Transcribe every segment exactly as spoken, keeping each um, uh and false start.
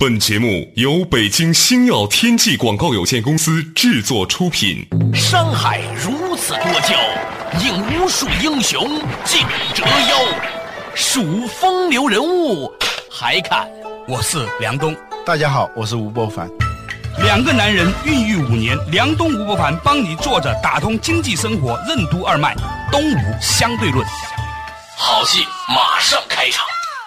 本节目由北京星耀天际广告有限公司制作出品。 山海如此多娇，引无数英雄竞折腰。数风流人物，还看我是梁冬。 大家好，我是吴伯凡。 两个男人孕育五年，梁冬吴伯凡帮你坐着打通经济生活任督二脉，东吴相对论。 好戏马上开场。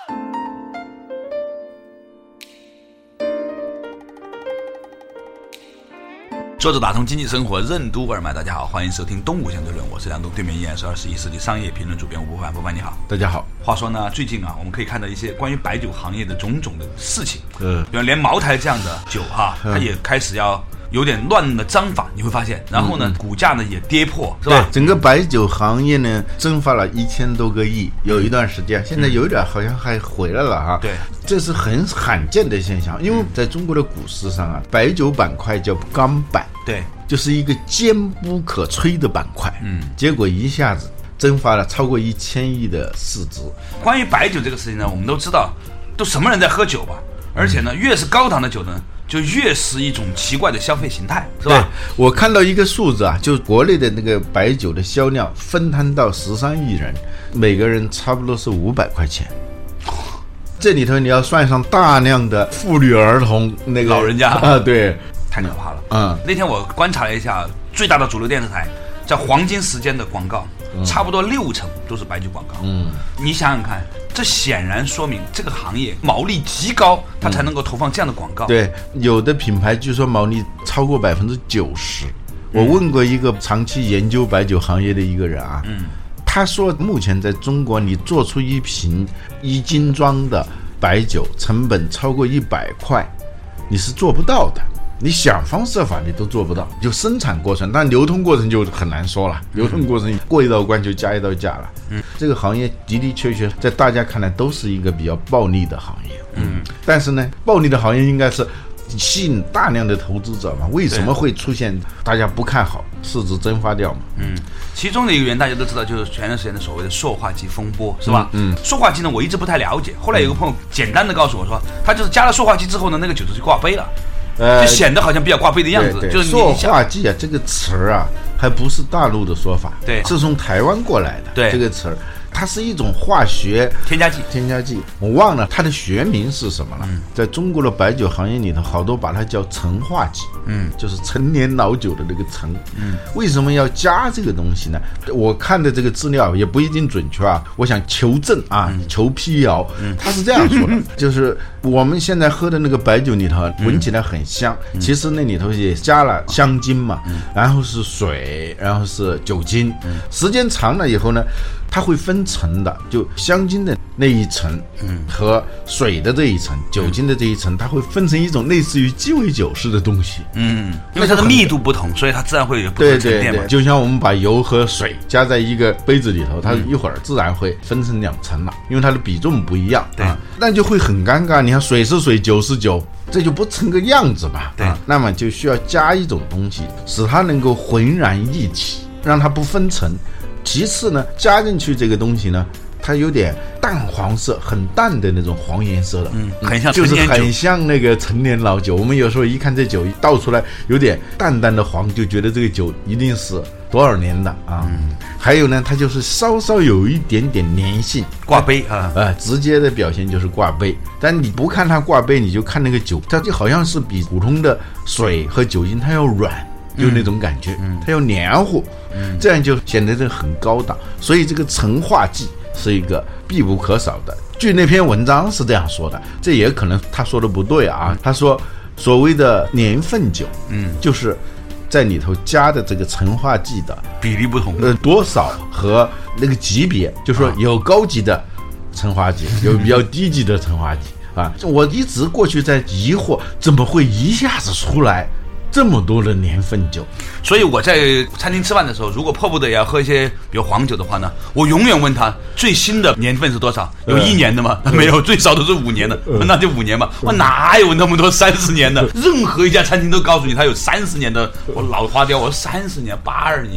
作者打通经济生活任督二脉，大家好，欢迎收听东吴相对论，我是梁冬，对面依然是二十一世纪商业评论主编吴伯凡。伯凡你好。 大家好。 话说呢，最近啊，我们可以看到一些关于白酒行业的种种的事情， 嗯， 比如连茅台这样的酒哈、啊，它也开始要有点乱的章法，你会发现，然后呢，嗯、股价呢也跌破，是吧？ 对，整个白酒行业呢蒸发了一千多个亿，有一段时间，现在有点好像还回来了哈。 对， 这是很罕见的现象，因为在中国的股市上啊，白酒板块叫钢板， 对， 就是一个坚不可摧的板块。嗯，结果一下子蒸发了超过一千亿的市值。 关于白酒这个事情呢，我们都知道，都什么人在喝酒吧？而且呢，越是高档的酒呢，就越是一种奇怪的消费形态，是吧？ 对，我看到一个数字啊，就国内的那个白酒的销量分摊到十三亿人，每个人差不多是五百块钱。这里头你要算上大量的妇女儿童那个老人家啊，对， 太可怕了。 嗯， 那天我观察了一下最大的主流电视台在黄金时间的广告，嗯、差不多六成都是白酒广告。嗯，你想想看，这显然说明这个行业毛利极高，它才能够投放这样的广告。 嗯、对，有的品牌据说毛利超过百分之九十。我问过一个长期研究白酒行业的一个人啊，嗯，他说目前在中国，你做出一瓶一斤装的白酒，成本超过一百块，你是做不到的。你想方设法你都做不到，就生产过程，但流通过程就很难说了。流通过程过一道关就加一道价了。嗯，这个行业的的确确在大家看来都是一个比较暴利的行业。嗯，但是呢，暴利的行业应该是吸引大量的投资者嘛？为什么会出现大家不看好，市值蒸发掉嘛？ 嗯，其中的一个原因大家都知道，就是前段时间的所谓的塑化剂风波，是吧？嗯，塑化剂呢，我一直不太了解。后来有个朋友简单的告诉我说，他就是加了塑化剂之后呢，那个酒就挂杯了。呃，就显得好像比较挂杯的样子。 对对， 就是塑化剂啊，这个词儿啊，还不是大陆的说法， 对， 是从台湾过来的。 对， 这个词儿，它是一种化学添加剂。 添加剂，我忘了它的学名是什么了。嗯，在中国的白酒行业里头，好多把它叫陈化剂。嗯，就是陈年老酒的那个陈。嗯，为什么要加这个东西呢？我看的这个资料也不一定准确啊，我想求证啊，嗯、求辟谣。嗯，他是这样说的，就是我们现在喝的那个白酒里头，闻起来很香，嗯、其实那里头也加了香精嘛，嗯、然后是水，然后是酒精。嗯，时间长了以后呢，它会分层的，就香精的那一层，嗯，和水的这一层，酒精的这一层，它会分成一种类似于鸡尾酒式的东西。 嗯，因为它的密度不同，所以它自然会有不同沉淀嘛。 对对对，就像我们把油和水加在一个杯子里头，它一会儿自然会分成两层了，因为它的比重不一样。 对， 啊、那就会很尴尬。你看水是水，酒是酒，这就不成个样子嘛。 对、啊， 那么就需要加一种东西，使它能够浑然一体，让它不分层。其次呢，加进去这个东西呢，它有点淡黄色，很淡的那种黄颜色的， 嗯，很像就是很像那个陈年老酒。我们有时候一看这酒倒出来有点淡淡的黄，就觉得这个酒一定是多少年的啊。嗯，还有呢，它就是稍稍有一点点粘性， 挂杯啊， 呃，直接的表现就是挂杯。但你不看它挂杯，你就看那个酒，它就好像是比普通的水和酒精它要软。就那种感觉，嗯，它要黏糊，嗯，这样就显得这很高档，所以这个陈化剂是一个必不可少的。据那篇文章是这样说的，这也可能他说的不对啊。他说，所谓的年份酒，嗯，就是在里头加的这个陈化剂的比例不同， 呃，多少和那个级别，就是说有高级的陈化剂，有比较低级的陈化剂啊。我一直过去在疑惑，怎么会一下子出来这么多的年份酒？ 所以我在餐厅吃饭的时候，如果迫不得已要喝一些比如黄酒的话呢，我永远问他最新的年份是多少？有一年的吗？嗯、没有，最少都是五年的，嗯、那就五年吧。我哪有那么多三十年的？任何一家餐厅都告诉你他有三十年的。我老花雕，我三十年、八二年。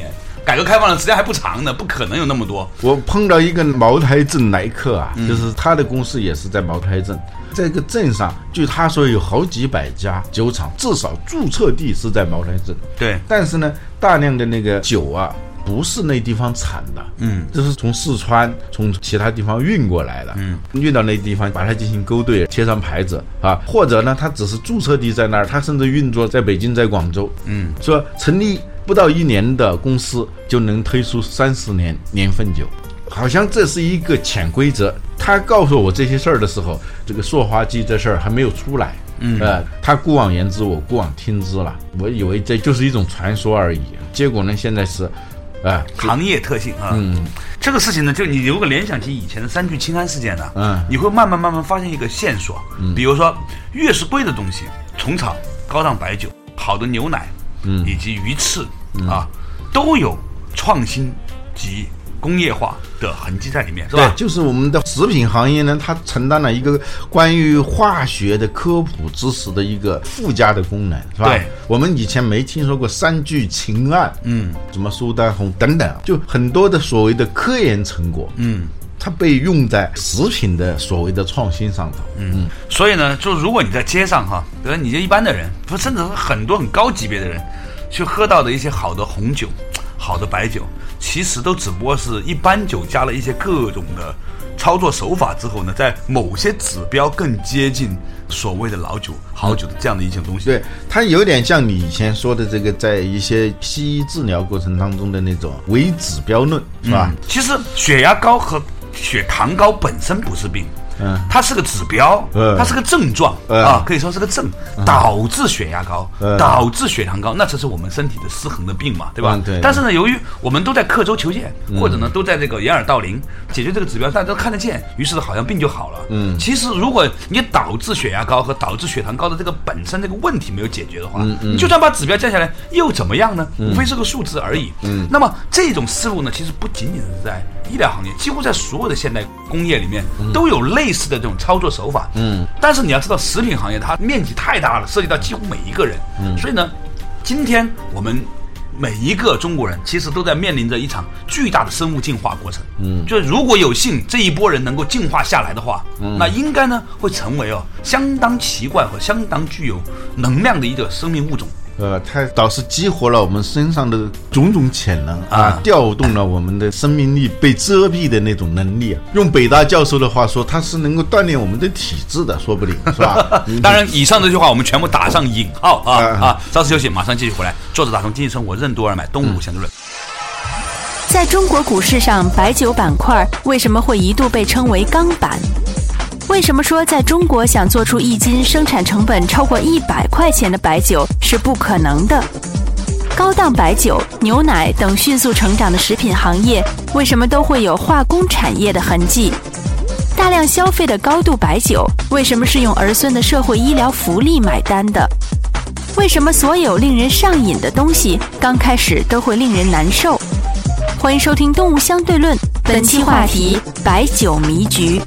改革开放的时间还不长呢，不可能有那么多。 我碰到一个茅台镇来客啊，嗯、就是他的公司也是在茅台镇，这个镇上，据他说有好几百家酒厂，至少注册地是在茅台镇。 对， 但是呢，大量的那个酒啊，不是那地方产的，嗯，这是从四川、从其他地方运过来的，嗯，运到那地方把它进行勾兑，贴上牌子啊，或者呢，它只是注册地在那儿，它甚至运作在北京、在广州，嗯，说成立不到一年的公司就能推出三十年年份酒。好像这是一个潜规则。他告诉我这些事儿的时候，这个塑化剂这事儿还没有出来，嗯，呃，他姑妄言之，我姑妄听之了。我以为这就是一种传说而已，结果呢，现在是，啊、呃， 行业特性啊，嗯，这个事情呢，就你如果联想起以前的三聚氰胺事件呢，嗯，你会慢慢慢慢发现一个线索，嗯，比如说越是贵的东西，虫草、高档白酒、好的牛奶，嗯，以及鱼翅、嗯、啊，都有创新及工业化的痕迹在里面，是吧？ 对，就是我们的食品行业呢，它承担了一个关于化学的科普知识的一个附加的功能，是吧？ 对， 我们以前没听说过三聚氰胺，嗯，什么苏丹红等等，就很多的所谓的科研成果，嗯，它被用在食品的所谓的创新上头， 嗯，嗯所以呢，就如果你在街上哈，比如你这一般的人，不甚至很多很高级别的人，去喝到的一些好的红酒、好的白酒。其实都只不过是一般酒加了一些各种的操作手法之后呢，在某些指标更接近所谓的老酒、好酒的这样的一些东西。 对，它有点像你以前说的这个，在一些西医治疗过程当中的那种伪指标论，是吧？ 嗯、其实血压高和血糖高本身不是病。嗯，它是个指标，嗯、它是个症状、嗯、啊，可以说是个症，嗯、导致血压高，嗯、导致血糖高，那这是我们身体的失衡的病嘛，对吧？嗯、对。但是呢，由于我们都在刻舟求剑，嗯、或者呢都在这个掩耳盗铃解决这个指标，大家都看得见，于是好像病就好了。嗯，其实如果你导致血压高和导致血糖高的这个本身这个问题没有解决的话，嗯嗯、你就算把指标降下来又怎么样呢？嗯、无非是个数字而已。嗯，那么这种思路呢，其实不仅仅是在医疗行业，几乎在所有的现代工业里面都有类似的这种操作手法。嗯，但是你要知道，食品行业它面积太大了，涉及到几乎每一个人。嗯，所以呢，今天我们每一个中国人其实都在面临着一场巨大的生物进化过程。嗯，就如果有幸这一波人能够进化下来的话，嗯、那应该呢会成为哦相当奇怪和相当具有能量的一个生命物种。 呃，它倒是激活了我们身上的种种潜能啊，啊调动了我们的生命力被遮蔽的那种能力啊。用北大教授的话说，它是能够锻炼我们的体质的，说不定是吧？ 当然，以上这句话我们全部打上引号啊啊！啊稍事休息，马上继续回来。作者打通经济生活任督二脉，东吴相对论。 在中国股市上，白酒板块为什么会一度被称为钢板？为什么说在中国想做出一斤生产成本超过一百块钱的白酒是不可能的？高档白酒、牛奶等迅速成长的食品行业，为什么都会有化工产业的痕迹？大量消费的高度白酒，为什么是用儿孙的社会医疗福利买单的？为什么所有令人上瘾的东西，刚开始都会令人难受？欢迎收听《东吴相对论》，本期话题：白酒迷局。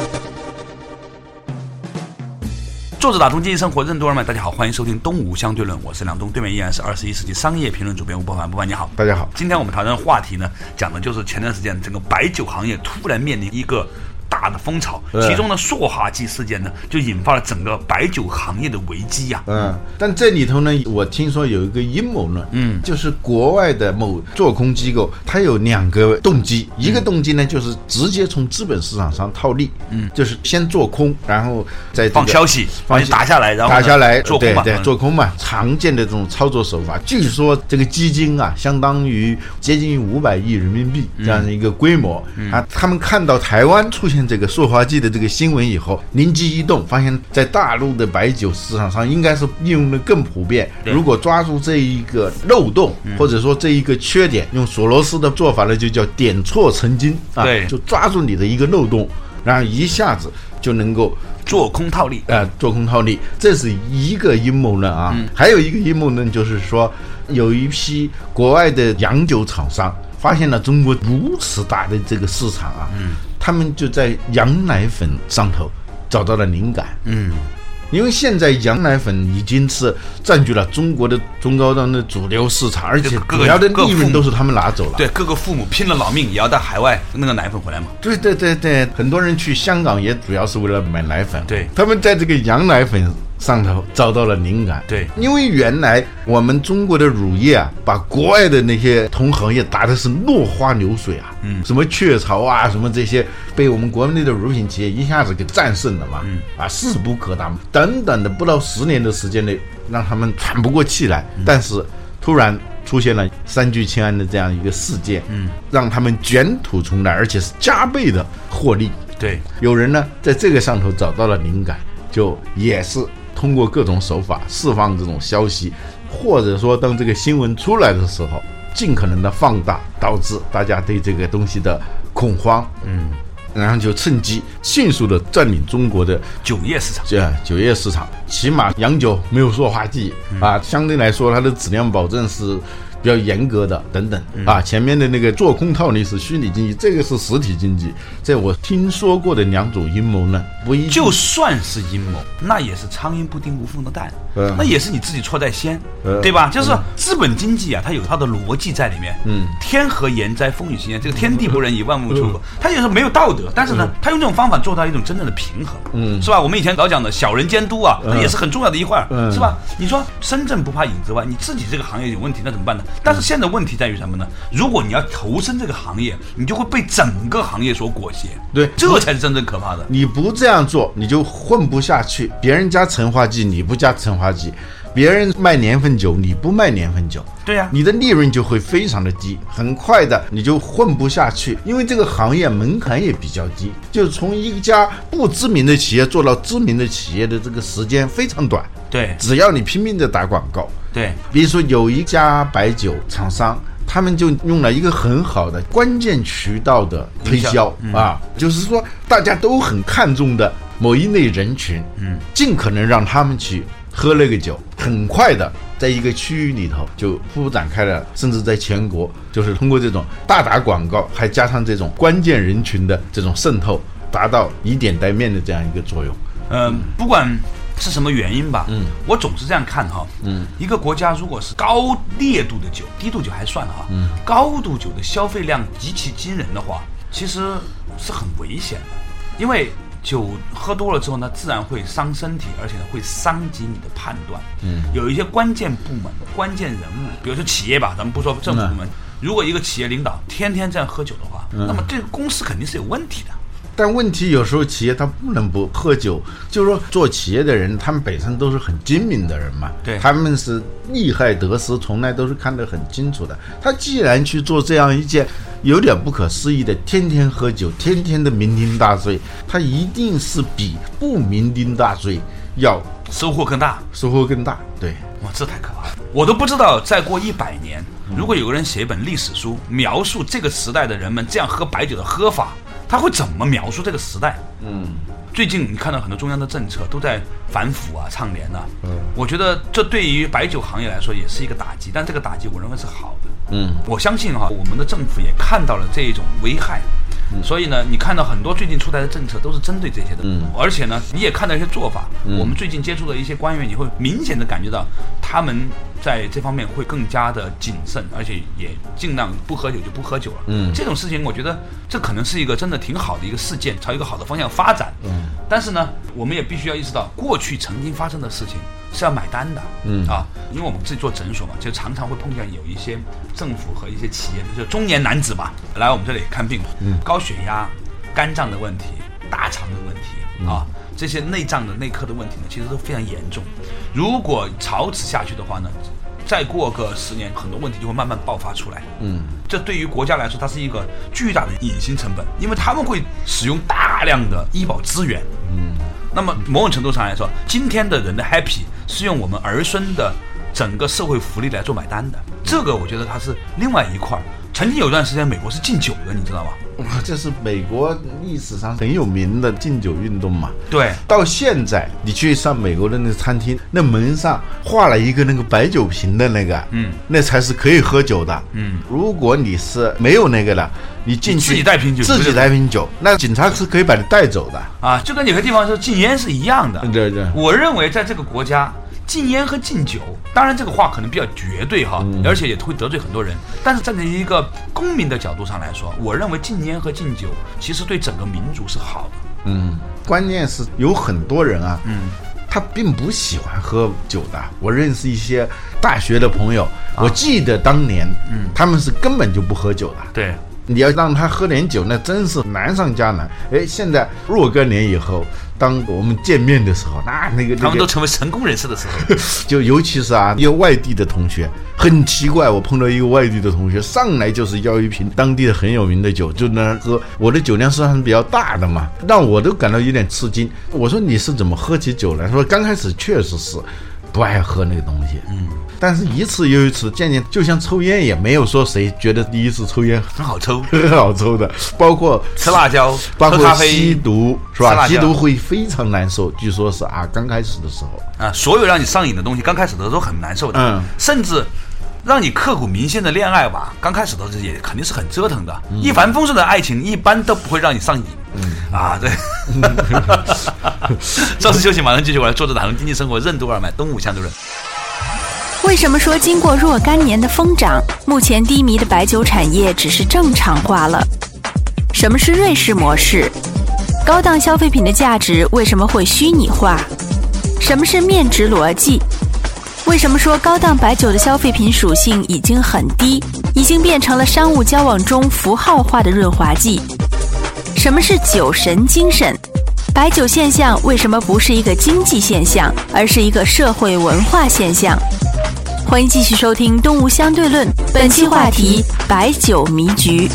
作者打通经济生活任督二脉，大家好，欢迎收听东吴相对论，我是梁东，对面依然是二十一世纪商业评论主编吴伯凡。伯凡你好。 大家好。 今天我们讨论的话题呢，讲的就是前段时间整个白酒行业突然面临一个大的风潮，其中的塑化剂事件呢，就引发了整个白酒行业的危机呀、啊。 嗯，但这里头呢，我听说有一个阴谋论，嗯，就是国外的某做空机构，它有两个动机，一个动机呢就是直接从资本市场上套利，嗯，就是先做空，然后再、这个、 放消息，放打下来，然后打下来做空嘛， 对对，做空嘛，常见的这种操作手法。据说这个基金啊，相当于接近于五百亿人民币这样的一个规模、嗯、啊，他们看到台湾出现这个塑化剂的这个新闻以后，灵机一动，发现在大陆的白酒市场上应该是应用的更普遍。如果抓住这一个漏洞，嗯、或者说这一个缺点，用索罗斯的做法呢，就叫点错成金啊， 对， 就抓住你的一个漏洞，然后一下子就能够做空套利啊、呃，做空套利，这是一个阴谋论啊。嗯、还有一个阴谋论就是说，有一批国外的洋酒厂商发现了中国如此大的这个市场啊，嗯，他们就在羊奶粉上头找到了灵感，嗯， 因为现在羊奶粉已经是占据了中国的中高端的主流市场，而且主要的利润都是他们拿走了。 对，各个父母拼了老命也要到海外那个奶粉回来嘛。 对对对对，很多人去香港也主要是为了买奶粉。 对， 他们在这个羊奶粉上头找到了灵感。 对， 因为原来我们中国的乳业啊，把国外的那些同行业打的是落花流水啊，嗯，什么雀巢啊，什么这些被我们国内的乳品企业一下子给战胜了嘛，嗯，啊，势不可挡，等等的，不到十年的时间内，让他们喘不过气来。嗯、但是突然出现了三聚氰胺的这样一个事件，嗯，让他们卷土重来，而且是加倍的获利。 对， 有人呢在这个上头找到了灵感，就也是通过各种手法释放这种消息，或者说当这个新闻出来的时候，尽可能的放大，导致大家对这个东西的恐慌，嗯，然后就趁机迅速的占领中国的酒业市场。 这酒业市场，起码洋酒没有塑化剂、嗯、啊，相对来说它的质量保证是比较严格的等等、嗯、啊，前面的那个做空套利是虚拟经济，这个是实体经济。这我听说过的两种阴谋呢，不一定就算是阴谋，那也是苍蝇不叮无缝的蛋、嗯、那也是你自己错在先、嗯、对吧？就是说资本经济啊，它有它的逻辑在里面。嗯，天和言哉，风雨其言，这个天地不仁，以万物出口。它有时候没有道德，但是呢，它用这种方法做到一种真正的平衡。嗯，是吧？我们以前老讲的小人监督啊，那也是很重要的一块、嗯、是吧？你说身正不怕影子歪，你自己这个行业有问题，那怎么办呢？但是现在问题在于什么呢？如果你要投身这个行业，你就会被整个行业所裹挟。 对， 这才是真正可怕的。 你不这样做，你就混不下去。别人加陈化剂，你不加陈化剂；别人卖年份酒，你不卖年份酒。 对呀、啊， 你的利润就会非常的低，很快的你就混不下去。因为这个行业门槛也比较低，就是从一家不知名的企业做到知名的企业的这个时间非常短。 对，只要你拼命的打广告。 对， 比如说有一家白酒厂商，他们就用了一个很好的关键渠道的推销、嗯、啊，就是说大家都很看重的某一类人群，嗯，尽可能让他们去喝那个酒，很快的在一个区域里头就铺展开了，甚至在全国，就是通过这种大打广告，还加上这种关键人群的这种渗透，达到以点带面的这样一个作用。 嗯，不管是什么原因吧，嗯，我总是这样看哈，嗯，一个国家如果是高烈度的酒，低度酒还算哈，嗯，高度酒的消费量极其惊人的话，其实是很危险的，因为酒喝多了之后呢，自然会伤身体，而且呢会伤及你的判断，嗯，有一些关键部门、关键人物，比如说企业吧，咱们不说政府部门，嗯、如果一个企业领导天天这样喝酒的话，嗯、那么这个公司肯定是有问题的。 但问题有时候企业他不能不喝酒，就是说做企业的人他们本身都是很精明的人嘛， 对， 他们是利害得失从来都是看得很清楚的。他既然去做这样一件有点不可思议的天天喝酒天天的酩酊大醉，他一定是比不酩酊大醉要收获更大， 收获更大。对， 哇，这太可怕了！我都不知道再过一百年，如果有个人写一本历史书，描述这个时代的人们这样喝白酒的喝法，他会怎么描述这个时代？嗯，最近你看到很多中央的政策都在反腐啊、倡廉啊，嗯，我觉得这对于白酒行业来说也是一个打击，但这个打击我认为是好的。嗯，我相信哈、啊，我们的政府也看到了这一种危害。嗯、所以呢，你看到很多最近出台的政策都是针对这些的，嗯，而且呢，你也看到一些做法。嗯、我们最近接触的一些官员，你会明显的感觉到他们在这方面会更加的谨慎，而且也尽量不喝酒就不喝酒了。嗯，这种事情我觉得这可能是一个真的挺好的一个事件，朝一个好的方向发展。嗯，但是呢，我们也必须要意识到，过去曾经发生的事情是要买单的。嗯啊，因为我们自己做诊所嘛，就常常会碰见有一些政府和一些企业，就中年男子吧，来我们这里看病，嗯，高血压、肝脏的问题、大肠的问题、嗯、啊，这些内脏的内科的问题呢，其实都非常严重。如果朝此下去的话呢，再过个十年，很多问题就会慢慢爆发出来。嗯，这对于国家来说，它是一个巨大的隐形成本，因为他们会使用大量的医保资源。嗯，那么某种程度上来说，今天的人的 happy 是用我们儿孙的整个社会福利来做买单的。这个我觉得它是另外一块。曾经有段时间，美国是禁酒的，你知道吗？ 这是美国历史上很有名的禁酒运动嘛。 对， 到现在你去上美国的那个餐厅，那门上画了一个那个白酒瓶的那个，嗯，那才是可以喝酒的。嗯，如果你是没有那个的， 你进去自己带瓶酒， 自己带瓶酒，那警察是可以把你带走的啊，就跟有些地方说禁烟是一样的。 对对， 我认为在这个国家，禁烟和禁酒，当然这个话可能比较绝对哈，嗯、而且也会得罪很多人。但是站在一个公民的角度上来说，我认为禁烟和禁酒其实对整个民族是好的。 嗯，关键是有很多人啊，嗯。他并不喜欢喝酒的。我认识一些大学的朋友，啊、我记得当年，嗯，他们是根本就不喝酒的。 对， 你要让他喝点酒，那真是难上加难。哎，现在若干年以后，当我们见面的时候，那那个、那个、 他们都成为成功人士的时候， 就尤其是啊，一个外地的同学，很奇怪，我碰到一个外地的同学，上来就是要一瓶当地的很有名的酒，就能喝。我的酒量实际上是比较大的嘛，让我都感到有点吃惊。我说你是怎么喝起酒来？他说刚开始确实是不爱喝那个东西，嗯，但是一次又一次，渐渐就像抽烟，也没有说谁觉得第一次抽烟很好抽， 很好抽的，包括吃辣椒， 包括吸毒，是吧？吸毒会非常难受，据说是啊，刚开始的时候啊，所有让你上瘾的东西，刚开始的时候很难受的，嗯，甚至让你刻骨铭心的恋爱吧，刚开始的时候也肯定是很折腾的，嗯、一帆风顺的爱情一般都不会让你上瘾。嗯啊，对。稍事休息，马上继续回来。作者打通经济生活任督二脉，东吴相对论。 为什么说经过若干年的疯长，目前低迷的白酒产业只是正常化了？什么是瑞士模式？高档消费品的价值为什么会虚拟化？什么是面值逻辑？为什么说高档白酒的消费品属性已经很低，已经变成了商务交往中符号化的润滑剂？什么是酒神精神？白酒现象为什么不是一个经济现象，而是一个社会文化现象？欢迎继续收听《东吴相对论》，本期话题：白酒迷局。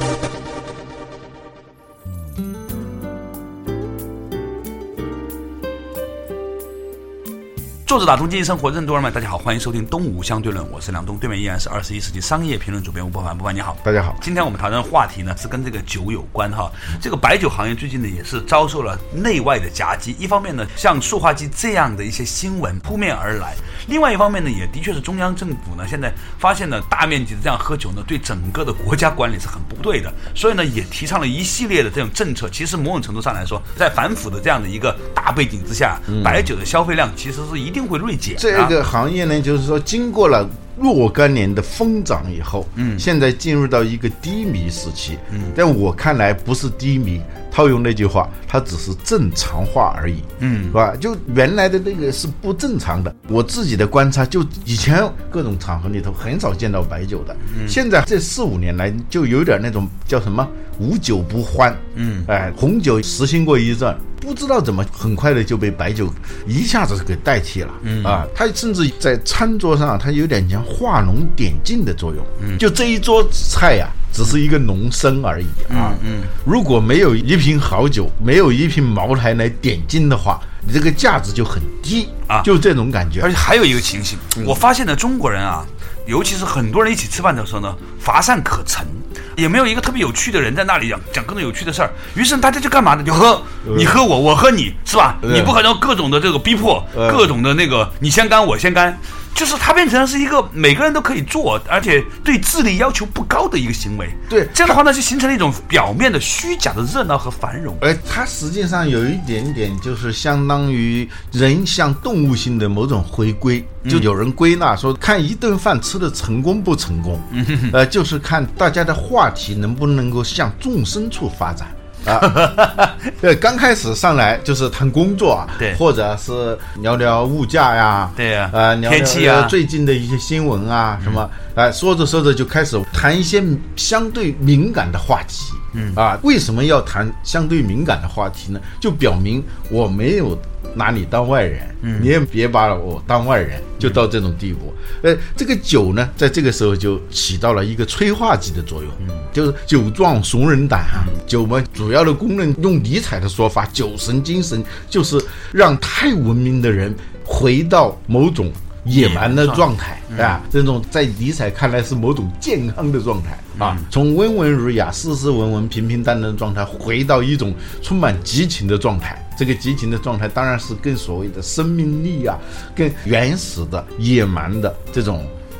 作者打通经济生活任督二脉，大家好，欢迎收听东吴相对论，我是梁东，对面依然是二十一世纪商业评论主编吴伯凡。伯凡你好。 大家好。 今天我们讨论的话题呢是跟这个酒有关哈。这个白酒行业最近呢也是遭受了内外的夹击，一方面呢像塑化剂这样的一些新闻扑面而来，另外一方面呢也的确是中央政府呢现在发现呢大面积的这样喝酒呢对整个的国家管理是很不对的，所以呢也提倡了一系列的这种政策。其实某种程度上来说，在反腐的这样的一个大背景之下，嗯、白酒的消费量其实是一定会锐减。 这个行业呢，就是说经过了若干年的疯涨以后，嗯，现在进入到一个低迷时期，嗯，但我看来不是低迷，套用那句话，它只是正常化而已，嗯，是吧？就原来的那个是不正常的。我自己的观察，就以前各种场合里头很少见到白酒的，嗯，现在这四五年来就有点那种叫什么无酒不欢，嗯，哎，红酒实行过一阵。不知道怎么很快的就被白酒一下子给代替了，嗯啊，它甚至在餐桌上它有点像画龙点睛的作用，嗯，就这一桌菜呀、啊，只是一个浓生而已啊，嗯，嗯如果没有一瓶好酒，没有一瓶茅台来点睛的话，你这个价值就很低啊，就这种感觉。 而且还有一个情形，嗯、我发现呢，中国人啊，尤其是很多人一起吃饭的时候呢，乏善可陈。也没有一个特别有趣的人在那里讲讲各种有趣的事儿，于是大家就干嘛呢？就喝，你喝我，我喝你，是吧？你不可能各种的这个逼迫，各种的那个你先干我先干，就是它变成是一个每个人都可以做，而且对智力要求不高的一个行为。 对， 这样的话呢，就形成了一种表面的虚假的热闹和繁荣。 而它实际上有一点点就是相当于人向动物性的某种回归。就有人归纳说，看一顿饭吃的成功不成功，嗯、呃，就是看大家的话题能不能够向纵深处发展。啊，对，刚开始上来就是谈工作啊， 对， 或者是聊聊物价呀， 对呀、啊， 呃，聊聊天气啊， 最近的一些新闻啊，什么，哎、呃，说着说着就开始谈一些相对敏感的话题，嗯啊，为什么要谈相对敏感的话题呢？就表明我没有拿你当外人，嗯，你也别把我当外人，就到这种地步。呃，这个酒呢，在这个时候就起到了一个催化剂的作用，嗯，就是酒壮怂人胆啊。嗯、酒嘛，主要的功能用尼采的说法，酒神精神就是让太文明的人回到某种野蛮的状态啊，这种在尼采看来是某种健康的状态啊，从温文儒雅、斯斯文文、平平淡淡的状态回到一种充满激情的状态。这个激情的状态当然是更所谓的生命力啊，更原始的、野蛮的这种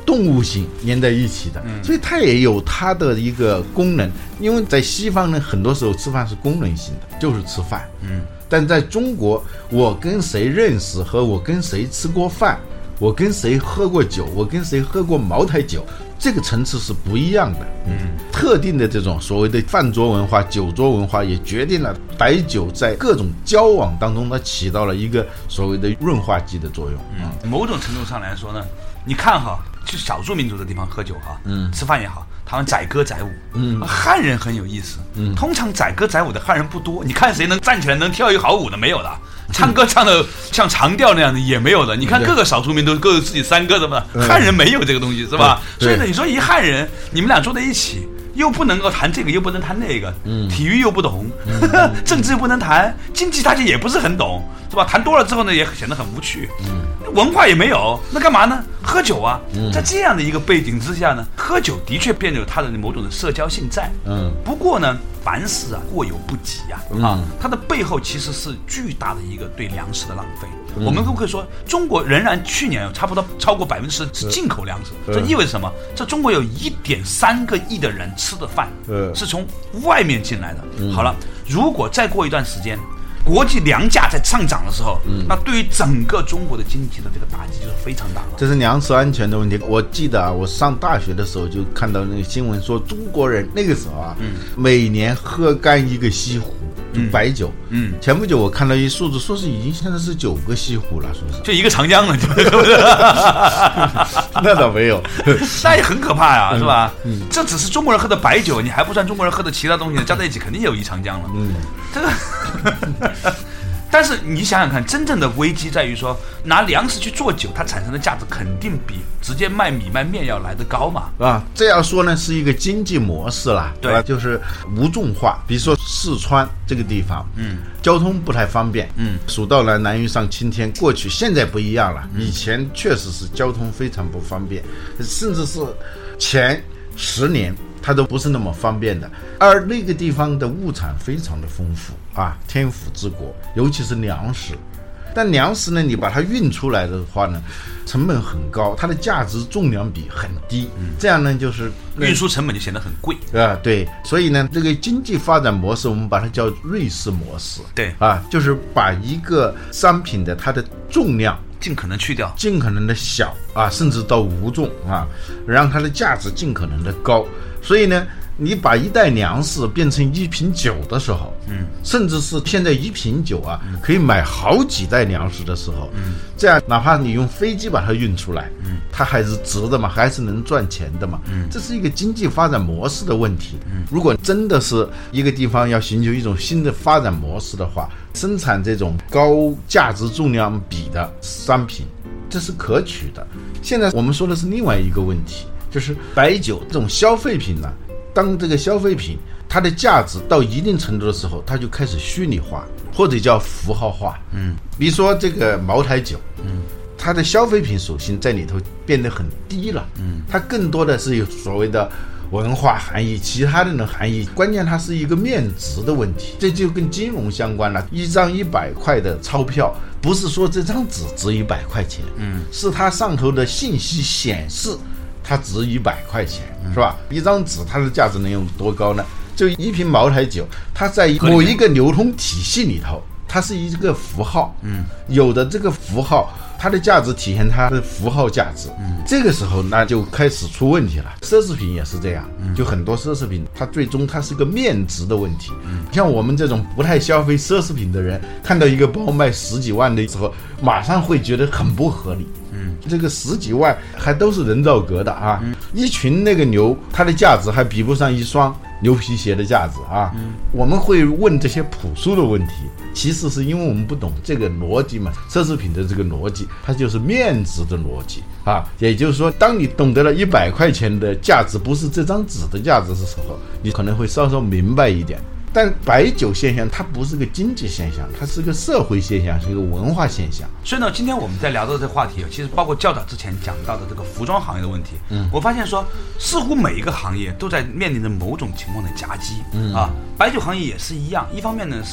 动物性粘在一起的，所以它也有它的一个功能。因为在西方呢，很多时候吃饭是功能性的，就是吃饭。嗯，但在中国，我跟谁认识和我跟谁吃过饭，我跟谁喝过酒，我跟谁喝过茅台酒，这个层次是不一样的。嗯，特定的这种所谓的饭桌文化、酒桌文化，也决定了白酒在各种交往当中，它起到了一个所谓的润滑剂的作用。 嗯，某种程度上来说呢，你看哈，去少数民族的地方喝酒哈，嗯，吃饭也好，他们载歌载舞。嗯，汉人很有意思。嗯，通常载歌载舞的汉人不多，你看谁能站起来能跳一好舞的没有的。唱歌唱的像长调那样的也没有的，你看各个少数民族各有自己山歌的嘛，汉人没有这个东西是吧？所以呢，你说一汉人，你们俩坐在一起，又不能够谈这个，又不能谈那个，嗯，体育又不懂，嗯、政治又不能谈，经济大家也不是很懂，是吧？谈多了之后呢，也显得很无趣，嗯，文化也没有，那干嘛呢？喝酒啊！嗯、在这样的一个背景之下呢，喝酒的确变得有它的某种的社交性在，嗯，不过呢。凡事啊，过犹不及啊！嗯、啊，它的背后其实是巨大的一个对粮食的浪费。嗯、我们都可以说，中国仍然去年有差不多超过百分之十是进口粮食，嗯、这意味着什么？这中国有一点三个亿的人吃的饭，嗯、是从外面进来的。嗯、好了，如果再过一段时间，国际粮价在上涨的时候，嗯、那对于整个中国的经济的这个打击就是非常大了。 这是粮食安全的问题。我记得啊，我上大学的时候就看到那个新闻说，中国人那个时候啊，嗯、每年喝干一个西湖。就白酒，嗯，前不久我看到一数字，说是已经现在是九个西湖了，是不是？ 就一个长江了，对不对？那倒没有， 那也很可怕呀，是吧？嗯，这只是中国人喝的白酒，你还不算中国人喝的其他东西，加在一起肯定有一长江了。嗯，这个。但是你想想看，真正的危机在于说，拿粮食去做酒，它产生的价值肯定比直接卖米卖面要来得高嘛。 啊，这样说呢是一个经济模式啦，对吧？就是无重化。比如说四川这个地方，嗯，交通不太方便，嗯，蜀道难难于上青天。过去现在不一样了，以前确实是交通非常不方便，甚至是前十年。它都不是那么方便的，而那个地方的物产非常的丰富啊，天府之国，尤其是粮食。但粮食呢，你把它运出来的话呢，成本很高，它的价值重量比很低，嗯、这样呢就是运输成本就显得很贵啊。对，所以呢，这个经济发展模式我们把它叫瑞士模式。 对啊，就是把一个商品的它的重量。 尽可能去掉， 尽可能的小啊，甚至到无重啊，让它的价值尽可能的高。所以呢，你把一袋粮食变成一瓶酒的时候，嗯，甚至是现在一瓶酒啊，嗯、可以买好几袋粮食的时候，嗯，这样哪怕你用飞机把它运出来，嗯，它还是值的嘛，还是能赚钱的嘛，嗯，这是一个经济发展模式的问题。嗯，如果真的是一个地方要寻求一种新的发展模式的话，生产这种高价值重量比的商品，这是可取的。现在我们说的是另外一个问题，就是白酒这种消费品呢，当这个消费品它的价值到一定程度的时候，它就开始虚拟化或者叫符号化。嗯，比如说这个茅台酒，嗯，它的消费品属性在里头变得很低了。嗯，它更多的是有所谓的文化含义，其他的呢含义，关键它是一个面值的问题，这就跟金融相关了。一张一百块的钞票，不是说这张纸值一百块钱，嗯，是它上头的信息显示它值一百块钱，是吧？一张纸它的价值能有多高呢？就一瓶茅台酒，它在某一个流通体系里头，它是一个符号，嗯，有的这个符号。它的价值体现它的符号价值，嗯，这个时候那就开始出问题了。奢侈品也是这样，嗯，就很多奢侈品它最终它是个面值的问题。嗯，像我们这种不太消费奢侈品的人，看到一个包卖十几万的时候，马上会觉得很不合理。嗯，这个十几万还都是人造革的啊，嗯，一群那个牛，它的价值还比不上一双牛皮鞋的价值啊。嗯，我们会问这些朴素的问题，其实是因为我们不懂这个逻辑嘛，奢侈品的这个逻辑，它就是面值的逻辑啊。也就是说，当你懂得了一百块钱的价值不是这张纸的价值的时候，你可能会稍稍明白一点。但白酒现象它不是个经济现象，它是个社会现象，是一个文化现象。 所以呢，今天我们在聊到这个话题，其实包括教导之前讲到的这个服装行业的问题，嗯，我发现说，似乎每一个行业都在面临着某种情况的夹击，嗯啊，白酒行业也是一样。一方面呢是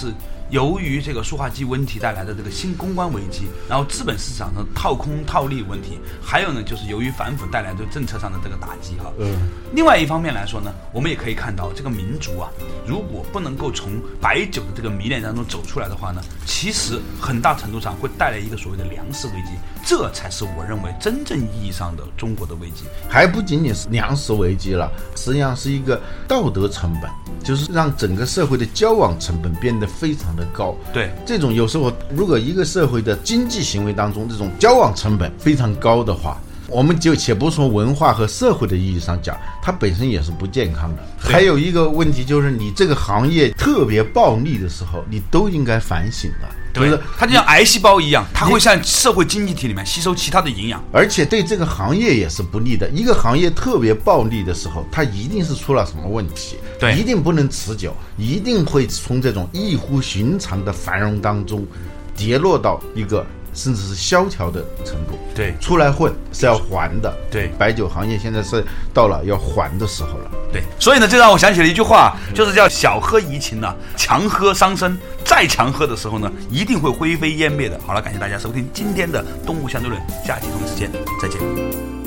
由于这个塑化剂问题带来的这个新公关危机，然后资本市场的套空套利问题，还有呢就是由于反腐带来对政策上的这个打击哈。嗯。另外一方面来说呢，我们也可以看到这个民族啊，如果不能够从白酒的这个迷恋当中走出来的话呢，其实很大程度上会带来一个所谓的粮食危机，这才是我认为真正意义上的中国的危机。 还不仅仅是粮食危机了，实际上是一个道德成本，就是让整个社会的交往成本变得非常的高。 对， 这种有时候如果一个社会的经济行为当中这种交往成本非常高的话，我们就且不说文化和社会的意义上讲，它本身也是不健康的。还有一个问题就是，你这个行业特别暴利的时候，你都应该反省了。 对，就是它就像癌细胞一样，它会向社会经济体里面吸收其他的营养， 而且对这个行业也是不利的。一个行业特别暴利的时候，它一定是出了什么问题， 对， 一定不能持久，一定会从这种异乎寻常的繁荣当中跌落到一个甚至是萧条的程度。 对， 出来混是要还的。 对， 白酒行业现在是到了要还的时候了。 对，所以呢，这让我想起了一句话，就是叫小喝怡情呢，强喝伤身，再强喝的时候呢，一定会灰飞烟灭的。好了，感谢大家收听今天的动物相对论，下期同一时间再见。